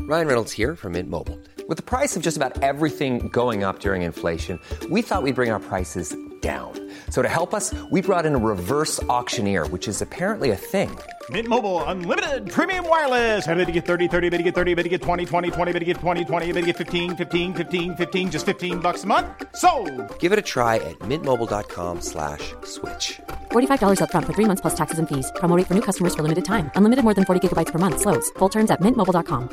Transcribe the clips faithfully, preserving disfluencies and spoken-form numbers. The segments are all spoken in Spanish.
Ryan Reynolds here from Mint Mobile. With the price of just about everything going up during inflation, we thought we'd bring our prices down. So to help us, we brought in a reverse auctioneer, which is apparently a thing. Mint Mobile Unlimited Premium Wireless. How to get thirty, thirty, how to get thirty, how to get twenty, twenty, twenty, how to get twenty, twenty, how to get fifteen, fifteen, fifteen, fifteen, just fifteen bucks a month? Sold! Give it a try at mintmobile.com slash switch. forty-five dollars up front for three months plus taxes and fees. Promo rate for new customers for limited time. Unlimited more than forty gigabytes per month. Slows full terms at mint mobile dot com.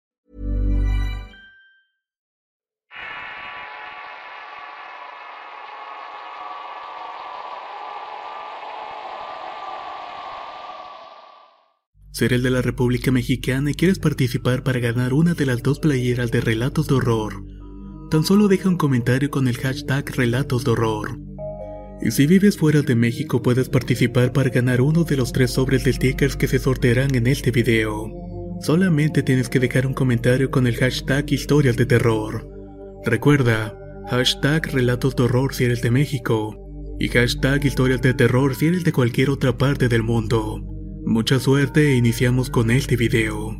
Si eres de la República Mexicana y quieres participar para ganar una de las dos playeras de Relatos de Horror, tan solo deja un comentario con el hashtag Relatos de Horror. Y si vives fuera de México puedes participar para ganar uno de los tres sobres de stickers que se sortearán en este video. Solamente tienes que dejar un comentario con el hashtag Historias de Terror. Recuerda, hashtag Relatos de Horror si eres de México y hashtag Historias de Terror si eres de cualquier otra parte del mundo. Mucha suerte e iniciamos con este video.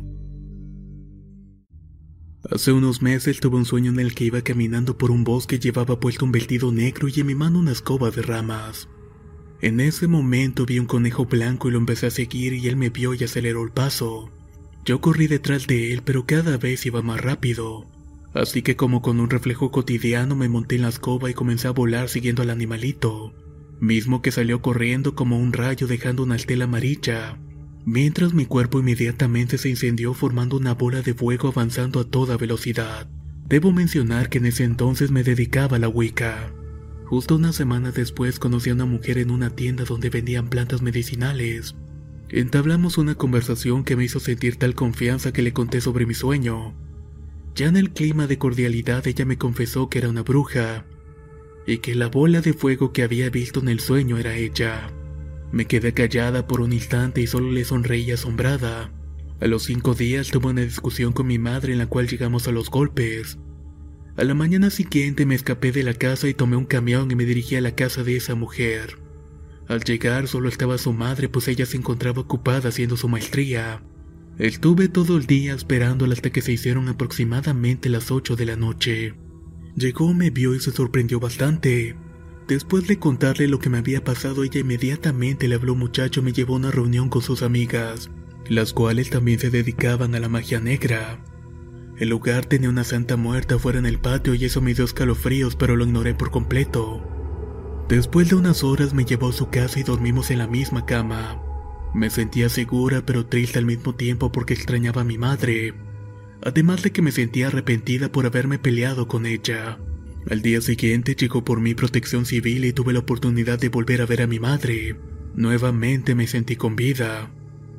Hace unos meses tuve un sueño en el que iba caminando por un bosque y llevaba puesto un vestido negro y en mi mano una escoba de ramas. En ese momento vi un conejo blanco y lo empecé a seguir y él me vio y aceleró el paso. Yo corrí detrás de él pero cada vez iba más rápido. Así que como con un reflejo cotidiano me monté en la escoba y comencé a volar siguiendo al animalito, mismo que salió corriendo como un rayo dejando una estela amarilla, mientras mi cuerpo inmediatamente se incendió formando una bola de fuego avanzando a toda velocidad. Debo mencionar que en ese entonces me dedicaba a la Wicca. Justo una semana después conocí a una mujer en una tienda donde vendían plantas medicinales. Entablamos una conversación que me hizo sentir tal confianza que le conté sobre mi sueño. Ya en el clima de cordialidad ella me confesó que era una bruja y que la bola de fuego que había visto en el sueño era ella. Me quedé callada por un instante y solo le sonreí asombrada. A los cinco días tuve una discusión con mi madre en la cual llegamos a los golpes. A la mañana siguiente me escapé de la casa y tomé un camión y me dirigí a la casa de esa mujer. Al llegar solo estaba su madre pues ella se encontraba ocupada haciendo su maestría. Estuve todo el día esperándola hasta que se hicieron aproximadamente las ocho de la noche. Llegó, me vio y se sorprendió bastante. Después de contarle lo que me había pasado, ella inmediatamente le habló a un muchacho y me llevó a una reunión con sus amigas, las cuales también se dedicaban a la magia negra. El lugar tenía una santa muerta fuera en el patio y eso me dio escalofríos, pero lo ignoré por completo. Después de unas horas me llevó a su casa y dormimos en la misma cama. Me sentía segura pero triste al mismo tiempo porque extrañaba a mi madre. Además de que me sentía arrepentida por haberme peleado con ella. Al día siguiente llegó por mí Protección Civil y tuve la oportunidad de volver a ver a mi madre. Nuevamente me sentí con vida.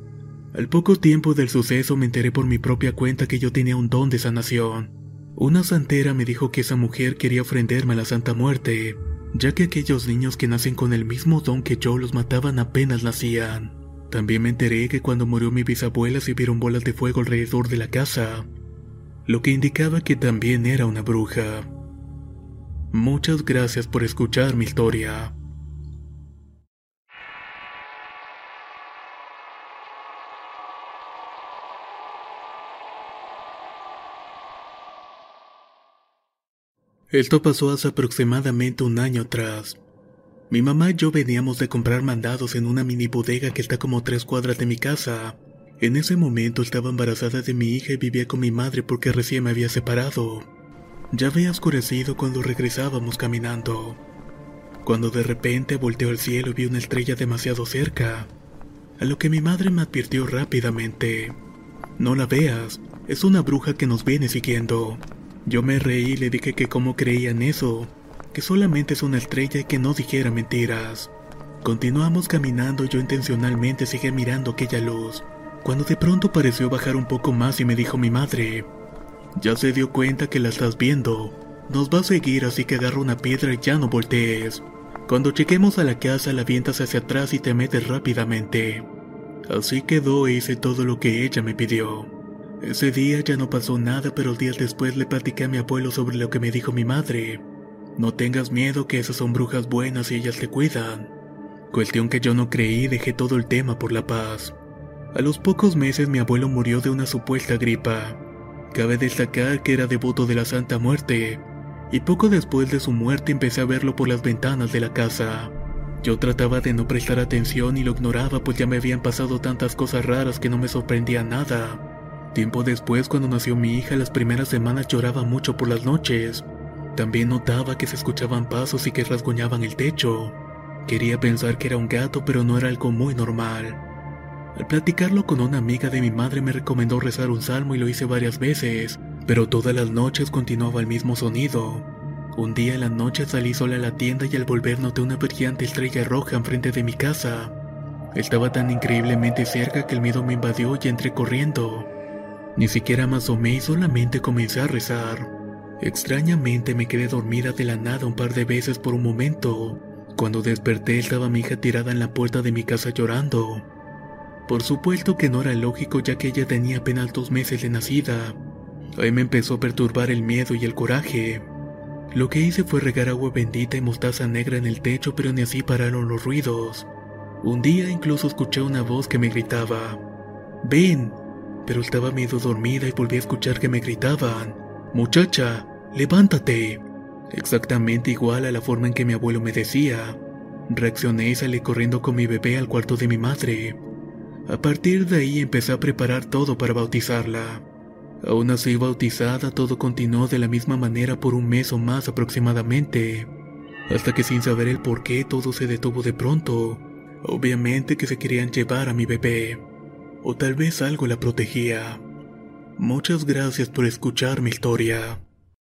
Al poco tiempo del suceso me enteré por mi propia cuenta que yo tenía un don de sanación. Una santera me dijo que esa mujer quería ofrendarme a la Santa Muerte, ya que aquellos niños que nacen con el mismo don que yo los mataban apenas nacían. También me enteré que cuando murió mi bisabuela se vieron bolas de fuego alrededor de la casa, lo que indicaba que también era una bruja. Muchas gracias por escuchar mi historia. Esto pasó hace aproximadamente un año atrás. Mi mamá y yo veníamos de comprar mandados en una mini bodega que está como tres cuadras de mi casa. En ese momento estaba embarazada de mi hija y vivía con mi madre porque recién me había separado. Ya había oscurecido cuando regresábamos caminando, cuando de repente volteó al cielo y vi una estrella demasiado cerca, a lo que mi madre me advirtió rápidamente: no la veas, es una bruja que nos viene siguiendo. Yo me reí y le dije que cómo creía en eso, que solamente es una estrella y que no dijera mentiras. Continuamos caminando y yo intencionalmente seguí mirando aquella luz, cuando de pronto pareció bajar un poco más y me dijo mi madre: ya se dio cuenta que la estás viendo, nos va a seguir así que agarra una piedra y ya no voltees. Cuando lleguemos a la casa la avientas hacia atrás y te metes rápidamente. Así quedó e hice todo lo que ella me pidió. Ese día ya no pasó nada, pero días después le platiqué a mi abuelo sobre lo que me dijo mi madre. No tengas miedo, que esas son brujas buenas y ellas te cuidan. Cuestión que yo no creí y dejé todo el tema por la paz. A los pocos meses mi abuelo murió de una supuesta gripa. Cabe destacar que era devoto de la Santa Muerte, y poco después de su muerte empecé a verlo por las ventanas de la casa. Yo trataba de no prestar atención y lo ignoraba, pues ya me habían pasado tantas cosas raras que no me sorprendía nada. Tiempo después, cuando nació mi hija, las primeras semanas lloraba mucho por las noches. También notaba que se escuchaban pasos y que rasguñaban el techo. Quería pensar que era un gato, pero no era algo muy normal. Al platicarlo con una amiga de mi madre me recomendó rezar un salmo y lo hice varias veces, pero todas las noches continuaba el mismo sonido. Un día en la noche salí sola a la tienda y al volver noté una brillante estrella roja enfrente de mi casa. Estaba tan increíblemente cerca que el miedo me invadió y entré corriendo. Ni siquiera me asomé y solamente comencé a rezar. Extrañamente me quedé dormida de la nada un par de veces por un momento. Cuando desperté estaba mi hija tirada en la puerta de mi casa llorando. Por supuesto que no era lógico, ya que ella tenía apenas dos meses de nacida. Ahí me empezó a perturbar el miedo y el coraje. Lo que hice fue regar agua bendita y mostaza negra en el techo, pero ni así pararon los ruidos. Un día incluso escuché una voz que me gritaba: «¡Ven!», pero estaba medio dormida y volví a escuchar que me gritaban: «¡Muchacha, levántate!», exactamente igual a la forma en que mi abuelo me decía. Reaccioné y salí corriendo con mi bebé al cuarto de mi madre. A partir de ahí empecé a preparar todo para bautizarla. Aún así bautizada, todo continuó de la misma manera por un mes o más aproximadamente, hasta que sin saber el por qué todo se detuvo de pronto. Obviamente que se querían llevar a mi bebé, o tal vez algo la protegía. Muchas gracias por escuchar mi historia.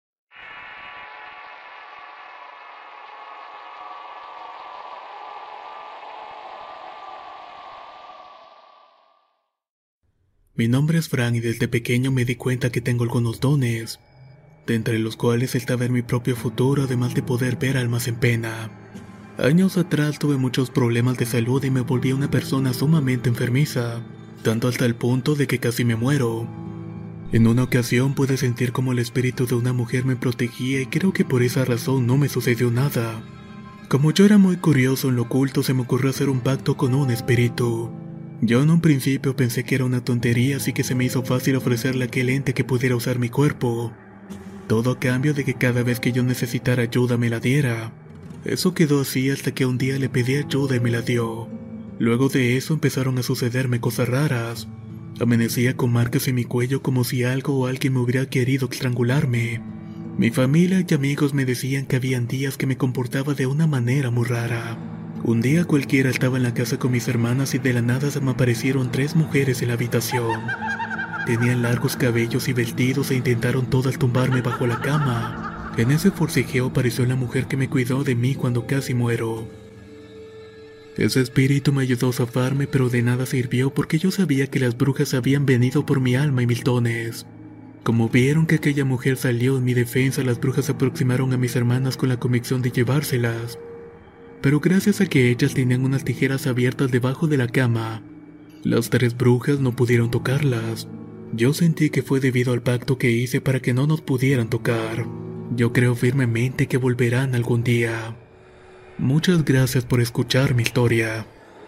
Mi nombre es Fran y desde pequeño me di cuenta que tengo algunos dones, de entre los cuales está ver mi propio futuro, además de poder ver almas en pena. Años atrás tuve muchos problemas de salud y me volví una persona sumamente enfermiza, tanto hasta el punto de que casi me muero. En una ocasión pude sentir como el espíritu de una mujer me protegía y creo que por esa razón no me sucedió nada. Como yo era muy curioso en lo oculto, se me ocurrió hacer un pacto con un espíritu. Yo en un principio pensé que era una tontería, así que se me hizo fácil ofrecerle a aquel ente que pudiera usar mi cuerpo. Todo a cambio de que cada vez que yo necesitara ayuda me la diera. Eso quedó así hasta que un día le pedí ayuda y me la dio. Luego de eso empezaron a sucederme cosas raras. Amanecía con marcas en mi cuello como si algo o alguien me hubiera querido estrangularme. Mi familia y amigos me decían que habían días que me comportaba de una manera muy rara. Un día cualquiera estaba en la casa con mis hermanas y de la nada se me aparecieron tres mujeres en la habitación. Tenían largos cabellos y vestidos e intentaron todas tumbarme bajo la cama. En ese forcejeo apareció la mujer que me cuidó de mí cuando casi muero. Ese espíritu me ayudó a zafarme, pero de nada sirvió porque yo sabía que las brujas habían venido por mi alma y mis dones. Como vieron que aquella mujer salió en mi defensa, las brujas se aproximaron a mis hermanas con la convicción de llevárselas. Pero gracias a que ellas tenían unas tijeras abiertas debajo de la cama, las tres brujas no pudieron tocarlas. Yo sentí que fue debido al pacto que hice para que no nos pudieran tocar. Yo creo firmemente que volverán algún día. Muchas gracias por escuchar mi historia.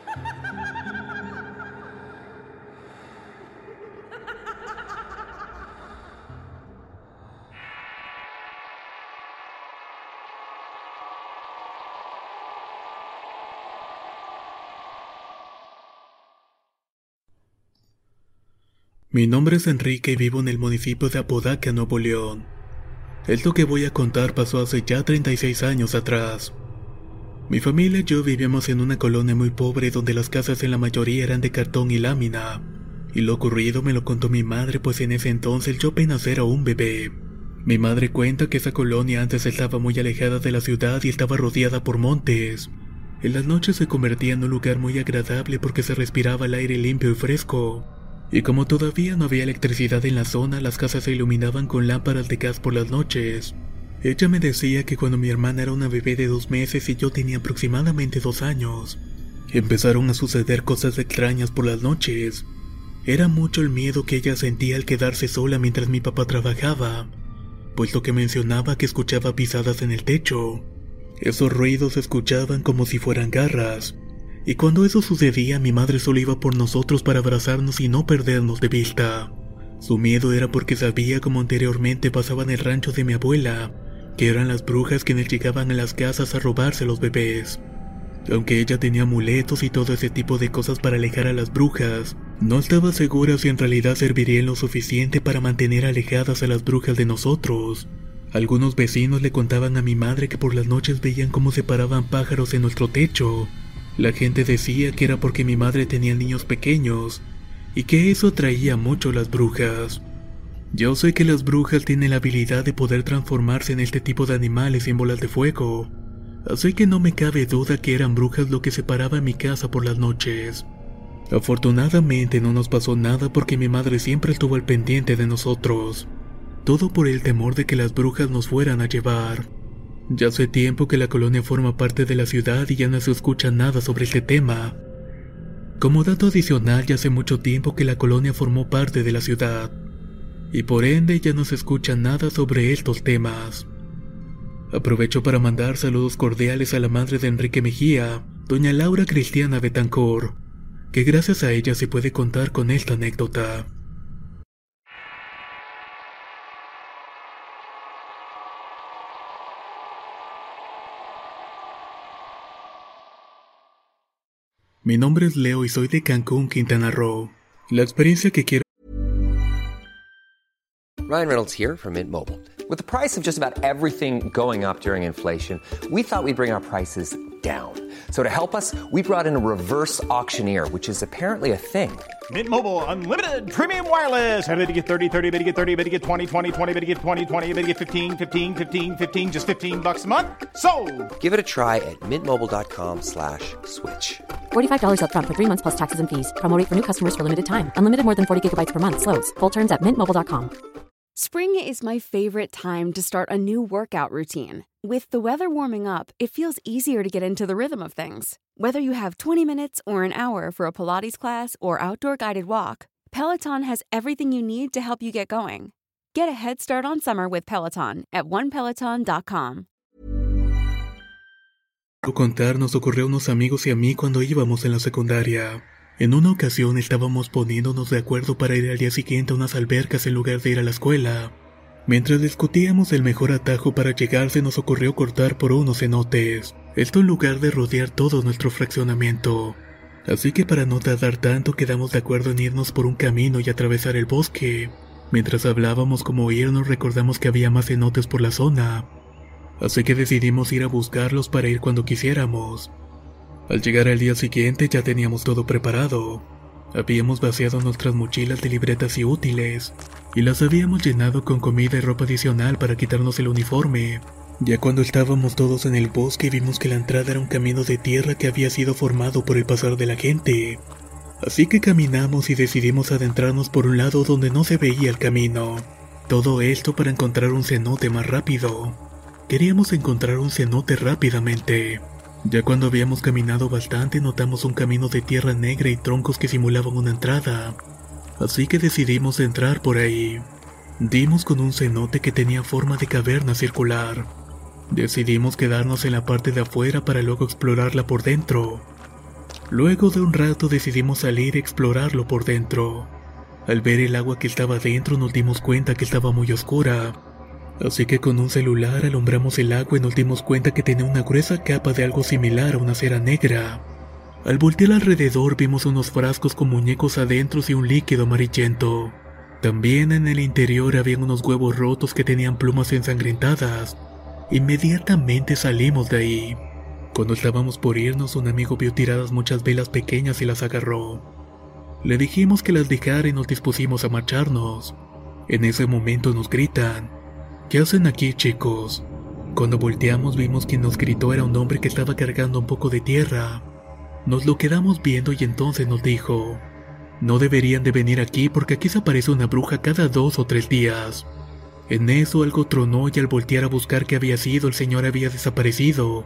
Mi nombre es Enrique y vivo en el municipio de Apodaca, Nuevo León. Esto que voy a contar pasó hace ya treinta y seis años atrás. Mi familia y yo vivíamos en una colonia muy pobre donde las casas en la mayoría eran de cartón y lámina. Y lo ocurrido me lo contó mi madre, pues en ese entonces yo apenas era un bebé. Mi madre cuenta que esa colonia antes estaba muy alejada de la ciudad y estaba rodeada por montes. En las noches se convertía en un lugar muy agradable porque se respiraba el aire limpio y fresco. Y como todavía no había electricidad en la zona, las casas se iluminaban con lámparas de gas por las noches. Ella me decía que cuando mi hermana era una bebé de dos meses y yo tenía aproximadamente dos años, empezaron a suceder cosas extrañas por las noches. Era mucho el miedo que ella sentía al quedarse sola mientras mi papá trabajaba, puesto que mencionaba que escuchaba pisadas en el techo. Esos ruidos se escuchaban como si fueran garras. Y cuando eso sucedía, mi madre solo iba por nosotros para abrazarnos y no perdernos de vista. Su miedo era porque sabía, como anteriormente pasaba en el rancho de mi abuela, que eran las brujas quienes llegaban a las casas a robarse los bebés. Aunque ella tenía amuletos y todo ese tipo de cosas para alejar a las brujas, no estaba segura si en realidad servirían lo suficiente para mantener alejadas a las brujas de nosotros. Algunos vecinos le contaban a mi madre que por las noches veían cómo se paraban pájaros en nuestro techo. La gente decía que era porque mi madre tenía niños pequeños y que eso atraía mucho a las brujas. Yo sé que las brujas tienen la habilidad de poder transformarse en este tipo de animales en bolas de fuego, así que no me cabe duda que eran brujas lo que se paraba en mi casa por las noches. Afortunadamente no nos pasó nada porque mi madre siempre estuvo al pendiente de nosotros. Todo por el temor de que las brujas nos fueran a llevar. Ya hace tiempo que la colonia forma parte de la ciudad y ya no se escucha nada sobre este tema. Como dato adicional, ya hace mucho tiempo que la colonia formó parte de la ciudad, y por ende ya no se escucha nada sobre estos temas. Aprovecho para mandar saludos cordiales a la madre de Enrique Mejía, doña Laura Cristiana Betancourt, que gracias a ella se puede contar con esta anécdota. Mi nombre es Leo y soy de Cancún, Quintana Roo. La experiencia que quiero... Ryan Reynolds here from Mint Mobile. With the price of just about everything going up during inflation, we thought we'd bring our prices down. So to help us, we brought in a reverse auctioneer, which is apparently a thing. Mint Mobile Unlimited Premium Wireless. How to get thirty, thirty, how to get thirty, how to get twenty, twenty, twenty, how to get twenty, twenty, how to get fifteen, fifteen, fifteen, fifteen, just fifteen bucks a month? Sold! Give it a try at mintmobile.com slash switch. forty-five dollars up front for three months plus taxes and fees. Promo rate for new customers for limited time. Unlimited more than forty gigabytes per month. Slows full terms at mint mobile dot com. Spring is my favorite time to start a new workout routine. With the weather warming up, it feels easier to get into the rhythm of things. Whether you have twenty minutes or an hour for a Pilates class or outdoor guided walk, Peloton has everything you need to help you get going. Get a head start on summer with Peloton at one peloton dot com. Contar nos ocurrió a unos amigos y a mí cuando íbamos en la secundaria. En una ocasión estábamos poniéndonos de acuerdo para ir al día siguiente a unas albercas en lugar de ir a la escuela. Mientras discutíamos el mejor atajo para llegar, se nos ocurrió cortar por unos cenotes. Esto en lugar de rodear todo nuestro fraccionamiento. Así que para no tardar tanto quedamos de acuerdo en irnos por un camino y atravesar el bosque. Mientras hablábamos cómo irnos, recordamos que había más cenotes por la zona. Así que decidimos ir a buscarlos para ir cuando quisiéramos. Al llegar al día siguiente ya teníamos todo preparado. Habíamos vaciado nuestras mochilas de libretas y útiles, y las habíamos llenado con comida y ropa adicional para quitarnos el uniforme. Ya cuando estábamos todos en el bosque vimos que la entrada era un camino de tierra que había sido formado por el pasar de la gente. Así que caminamos y decidimos adentrarnos por un lado donde no se veía el camino. Todo esto para encontrar un cenote más rápido. Queríamos encontrar un cenote rápidamente. Ya cuando habíamos caminado bastante notamos un camino de tierra negra y troncos que simulaban una entrada. Así que decidimos entrar por ahí. Dimos con un cenote que tenía forma de caverna circular. Decidimos quedarnos en la parte de afuera para luego explorarla por dentro. Luego de un rato decidimos salir y explorarlo por dentro. Al ver el agua que estaba dentro nos dimos cuenta que estaba muy oscura. Así que con un celular alumbramos el agua y nos dimos cuenta que tenía una gruesa capa de algo similar a una cera negra. Al voltear alrededor vimos unos frascos con muñecos adentro y un líquido amarillento. También en el interior habían unos huevos rotos que tenían plumas ensangrentadas. Inmediatamente salimos de ahí. Cuando estábamos por irnos, un amigo vio tiradas muchas velas pequeñas y las agarró. Le dijimos que las dejara y nos dispusimos a marcharnos. En ese momento nos gritan: ¿qué hacen aquí, chicos? Cuando volteamos vimos quien nos gritó era un hombre que estaba cargando un poco de tierra. Nos lo quedamos viendo y entonces nos dijo: no deberían de venir aquí porque aquí se aparece una bruja cada dos o tres días. En eso algo tronó y al voltear a buscar qué había sido, el señor había desaparecido.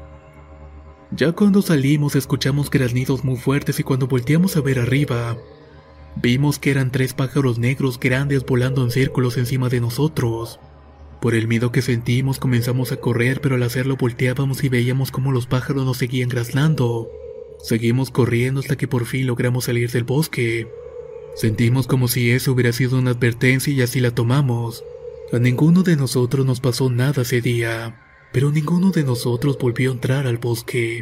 Ya cuando salimos escuchamos graznidos muy fuertes y cuando volteamos a ver arriba, vimos que eran tres pájaros negros grandes volando en círculos encima de nosotros. Por el miedo que sentimos comenzamos a correr, pero al hacerlo volteábamos y veíamos cómo los pájaros nos seguían graznando. Seguimos corriendo hasta que por fin logramos salir del bosque. Sentimos como si eso hubiera sido una advertencia y así la tomamos. A ninguno de nosotros nos pasó nada ese día, pero ninguno de nosotros volvió a entrar al bosque.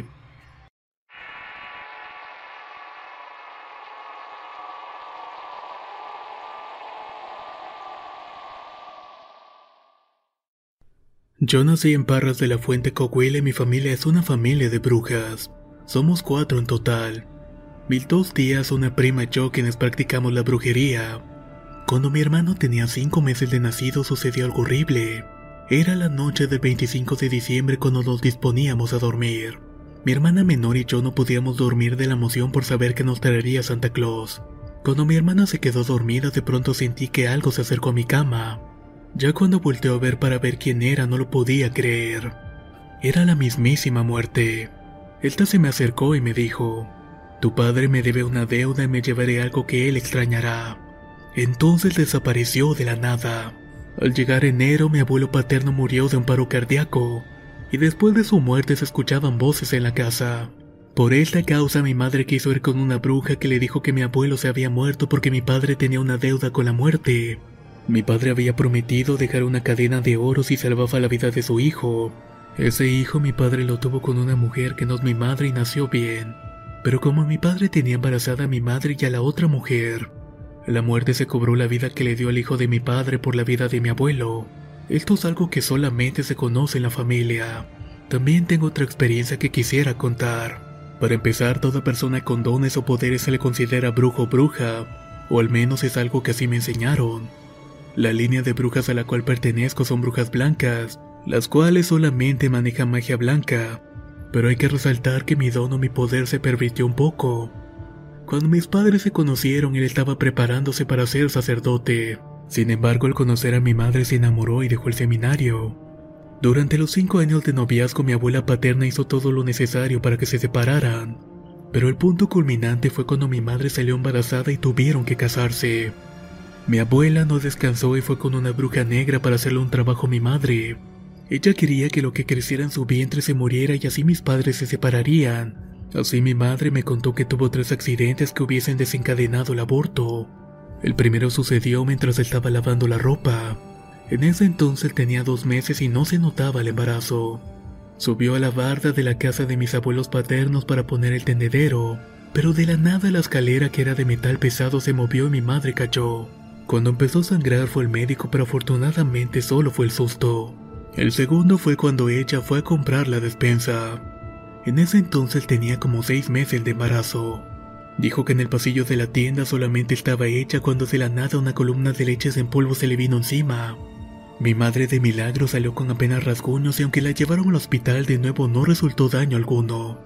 Yo nací en Parras de la Fuente, Coahuila, y mi familia es una familia de brujas. Somos cuatro en total. Mis dos tías, una prima y yo quienes practicamos la brujería. Cuando mi hermano tenía cinco meses de nacido sucedió algo horrible. Era la noche del veinticinco de diciembre cuando nos disponíamos a dormir. Mi hermana menor y yo no podíamos dormir de la emoción por saber que nos traería Santa Claus. Cuando mi hermana se quedó dormida, de pronto sentí que algo se acercó a mi cama. Ya cuando volteó a ver para ver quién era, no lo podía creer. Era la mismísima muerte. Esta se me acercó y me dijo: «Tu padre me debe una deuda y me llevaré algo que él extrañará». Entonces desapareció de la nada. Al llegar enero, mi abuelo paterno murió de un paro cardíaco, y después de su muerte se escuchaban voces en la casa. Por esta causa mi madre quiso ir con una bruja que le dijo que mi abuelo se había muerto porque mi padre tenía una deuda con la muerte. Mi padre había prometido dejar una cadena de oro si salvaba la vida de su hijo. Ese hijo mi padre lo tuvo con una mujer que no es mi madre y nació bien. Pero como mi padre tenía embarazada a mi madre y a la otra mujer, la muerte se cobró la vida que le dio al hijo de mi padre por la vida de mi abuelo. Esto es algo que solamente se conoce en la familia. También tengo otra experiencia que quisiera contar. Para empezar, toda persona con dones o poderes se le considera brujo o bruja, o al menos es algo que así me enseñaron. La línea de brujas a la cual pertenezco son brujas blancas, las cuales solamente manejan magia blanca, pero hay que resaltar que mi don o mi poder se pervirtió un poco. Cuando mis padres se conocieron, él estaba preparándose para ser sacerdote. Sin embargo, al conocer a mi madre se enamoró y dejó el seminario. Durante los cinco años de noviazgo, mi abuela paterna hizo todo lo necesario para que se separaran, pero el punto culminante fue cuando mi madre salió embarazada y tuvieron que casarse. Mi abuela no descansó y fue con una bruja negra para hacerle un trabajo a mi madre. Ella quería que lo que creciera en su vientre se muriera y así mis padres se separarían. Así mi madre me contó que tuvo tres accidentes que hubiesen desencadenado el aborto. El primero sucedió mientras estaba lavando la ropa. En ese entonces tenía dos meses y no se notaba el embarazo. Subió a la barda de la casa de mis abuelos paternos para poner el tendedero, pero de la nada la escalera, que era de metal pesado, se movió y mi madre cayó. Cuando empezó a sangrar fue el médico, pero afortunadamente solo fue el susto. El segundo fue cuando ella fue a comprar la despensa. En ese entonces tenía como seis meses de embarazo. Dijo que en el pasillo de la tienda solamente estaba ella cuando de la nada una columna de leches en polvo se le vino encima. Mi madre de milagro salió con apenas rasguños y aunque la llevaron al hospital de nuevo no resultó daño alguno.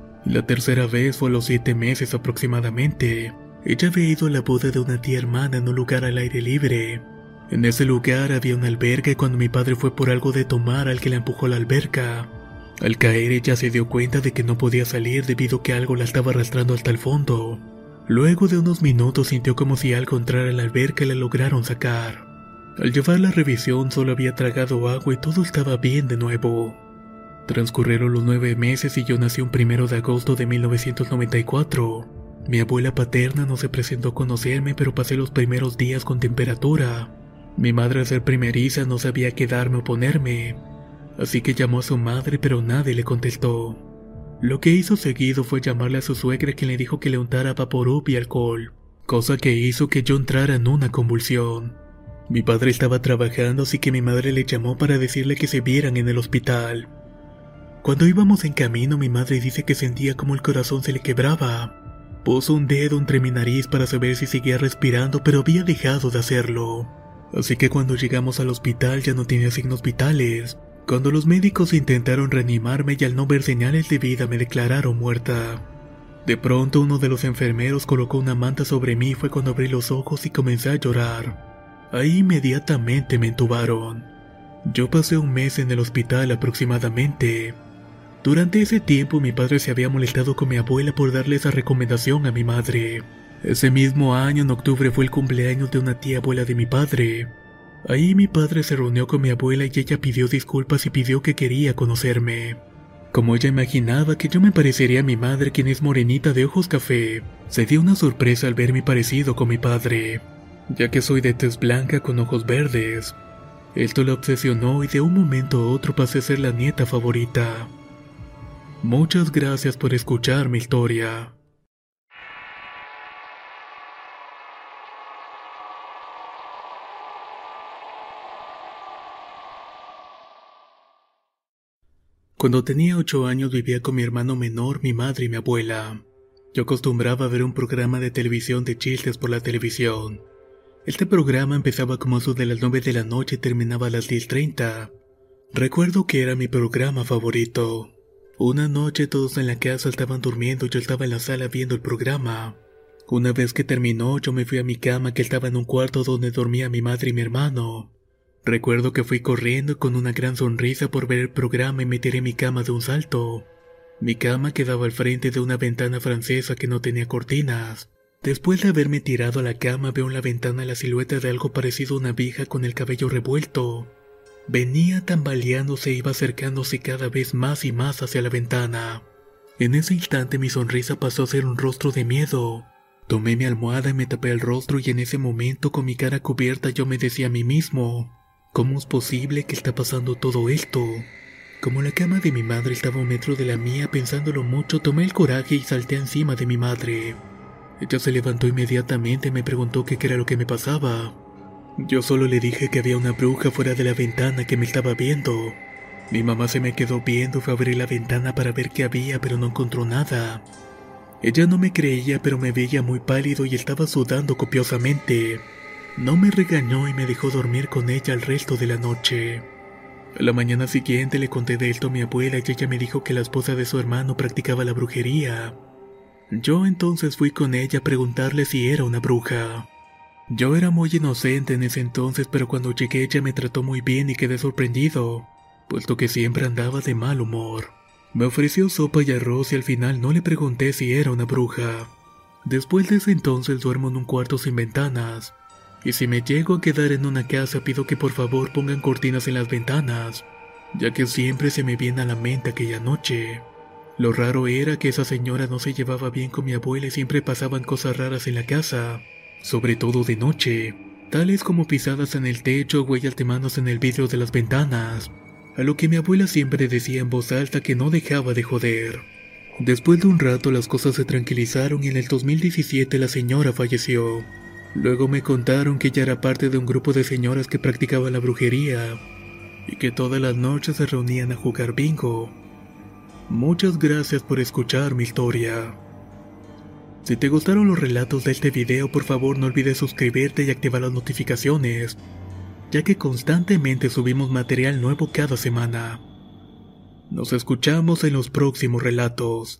La tercera vez fue a los siete meses aproximadamente. Ella había ido a la boda de una tía hermana en un lugar al aire libre. En ese lugar había una alberca y cuando mi padre fue por algo de tomar, al que la empujó a la alberca. Al caer ella se dio cuenta de que no podía salir debido a que algo la estaba arrastrando hasta el fondo. Luego de unos minutos sintió como si algo entrara en la alberca y la lograron sacar. Al llevar la revisión solo había tragado agua y todo estaba bien de nuevo. Transcurrieron los nueve meses y yo nací un primero de agosto de mil novecientos noventa y cuatro. Mi abuela paterna no se presentó a conocerme, pero pasé los primeros días con temperatura. Mi madre, al ser primeriza, no sabía qué darme o ponerme, así que llamó a su madre, pero nadie le contestó. Lo que hizo seguido fue llamarle a su suegra, quien le dijo que le untara vaporub y alcohol, cosa que hizo que yo entrara en una convulsión. Mi padre estaba trabajando, así que mi madre le llamó para decirle que se vieran en el hospital. Cuando íbamos en camino, mi madre dice que sentía como el corazón se le quebraba. Puso un dedo entre mi nariz para saber si seguía respirando, pero había dejado de hacerlo. Así que cuando llegamos al hospital ya no tenía signos vitales. Cuando los médicos intentaron reanimarme y al no ver señales de vida me declararon muerta. De pronto uno de los enfermeros colocó una manta sobre mí y fue cuando abrí los ojos y comencé a llorar. Ahí inmediatamente me entubaron. Yo pasé un mes en el hospital aproximadamente. Durante ese tiempo mi padre se había molestado con mi abuela por darle esa recomendación a mi madre. Ese mismo año, en octubre, fue el cumpleaños de una tía abuela de mi padre. Ahí mi padre se reunió con mi abuela y ella pidió disculpas y pidió que quería conocerme. Como ella imaginaba que yo me parecería a mi madre, quien es morenita de ojos café, se dio una sorpresa al ver mi parecido con mi padre, ya que soy de tez blanca con ojos verdes. Esto la obsesionó y de un momento a otro pasé a ser la nieta favorita. Muchas gracias por escuchar mi historia. Cuando tenía ocho años vivía con mi hermano menor, mi madre y mi abuela. Yo acostumbraba a ver un programa de televisión de chistes por la televisión. Este programa empezaba como a eso de las nueve de la noche y terminaba a las diez treinta. Recuerdo que era mi programa favorito. Una noche todos en la casa estaban durmiendo y yo estaba en la sala viendo el programa. Una vez que terminó, yo me fui a mi cama, que estaba en un cuarto donde dormía mi madre y mi hermano. Recuerdo que fui corriendo con una gran sonrisa por ver el programa y me tiré en mi cama de un salto. Mi cama quedaba al frente de una ventana francesa que no tenía cortinas. Después de haberme tirado a la cama, veo en la ventana la silueta de algo parecido a una vieja con el cabello revuelto. Venía tambaleándose e iba acercándose cada vez más y más hacia la ventana. En ese instante mi sonrisa pasó a ser un rostro de miedo. Tomé mi almohada y me tapé el rostro, y en ese momento, con mi cara cubierta, yo me decía a mí mismo: ¿cómo es posible que está pasando todo esto? Como la cama de mi madre estaba a un metro de la mía, pensándolo mucho, tomé el coraje y salté encima de mi madre. Ella se levantó inmediatamente y me preguntó qué era lo que me pasaba. Yo solo le dije que había una bruja fuera de la ventana que me estaba viendo. Mi mamá se me quedó viendo y fue a abrir la ventana para ver qué había, pero no encontró nada. Ella no me creía, pero me veía muy pálido y estaba sudando copiosamente. No me regañó y me dejó dormir con ella el resto de la noche. A la mañana siguiente le conté de esto a mi abuela y ella me dijo que la esposa de su hermano practicaba la brujería. Yo entonces fui con ella a preguntarle si era una bruja. Yo era muy inocente en ese entonces, pero cuando llegué ella me trató muy bien y quedé sorprendido, puesto que siempre andaba de mal humor. Me ofreció sopa y arroz y al final no le pregunté si era una bruja. Después de ese entonces duermo en un cuarto sin ventanas, y si me llego a quedar en una casa pido que por favor pongan cortinas en las ventanas, ya que siempre se me viene a la mente aquella noche. Lo raro era que esa señora no se llevaba bien con mi abuela y siempre pasaban cosas raras en la casa, sobre todo de noche, tales como pisadas en el techo o huellas de manos en el vidrio de las ventanas, a lo que mi abuela siempre decía en voz alta que no dejaba de joder. Después de un rato las cosas se tranquilizaron y en el dos mil diecisiete la señora falleció. Luego me contaron que ella era parte de un grupo de señoras que practicaban la brujería y que todas las noches se reunían a jugar bingo. Muchas gracias por escuchar mi historia. Si te gustaron los relatos de este video, por favor no olvides suscribirte y activar las notificaciones, ya que constantemente subimos material nuevo cada semana. Nos escuchamos en los próximos relatos.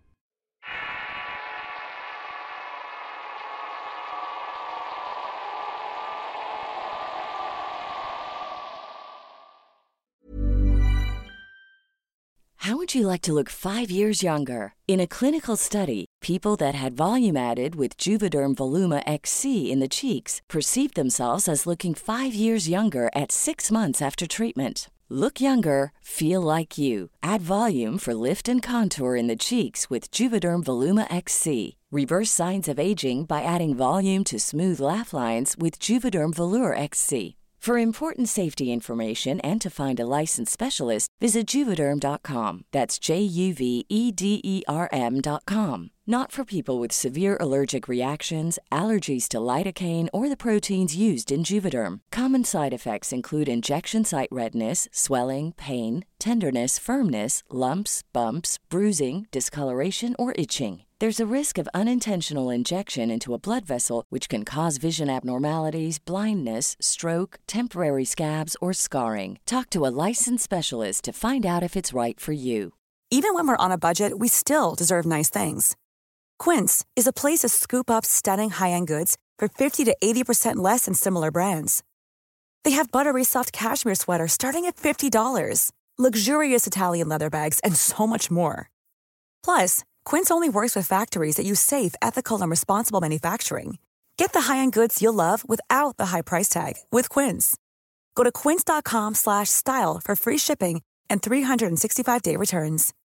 How would you like to look five years younger? In a clinical study, people that had volume added with Juvederm Voluma X C in the cheeks perceived themselves as looking five years younger at six months after treatment. Look younger, feel like you. Add volume for lift and contour in the cheeks with Juvederm Voluma X C. Reverse signs of aging by adding volume to smooth laugh lines with Juvederm Volure X C. For important safety information and to find a licensed specialist, visit Juvederm dot com. That's J U V E D E R M dot com. Not for people with severe allergic reactions, allergies to lidocaine, or the proteins used in Juvederm. Common side effects include injection site redness, swelling, pain, tenderness, firmness, lumps, bumps, bruising, discoloration, or itching. There's a risk of unintentional injection into a blood vessel, which can cause vision abnormalities, blindness, stroke, temporary scabs, or scarring. Talk to a licensed specialist to find out if it's right for you. Even when we're on a budget, we still deserve nice things. Quince is a place to scoop up stunning high-end goods for fifty to eighty percent less than similar brands. They have buttery soft cashmere sweaters starting at fifty dollars, luxurious Italian leather bags, and so much more. Plus, Quince only works with factories that use safe, ethical, and responsible manufacturing. Get the high-end goods you'll love without the high price tag with Quince. Go to quince dot com slash style for free shipping and three hundred sixty-five day returns.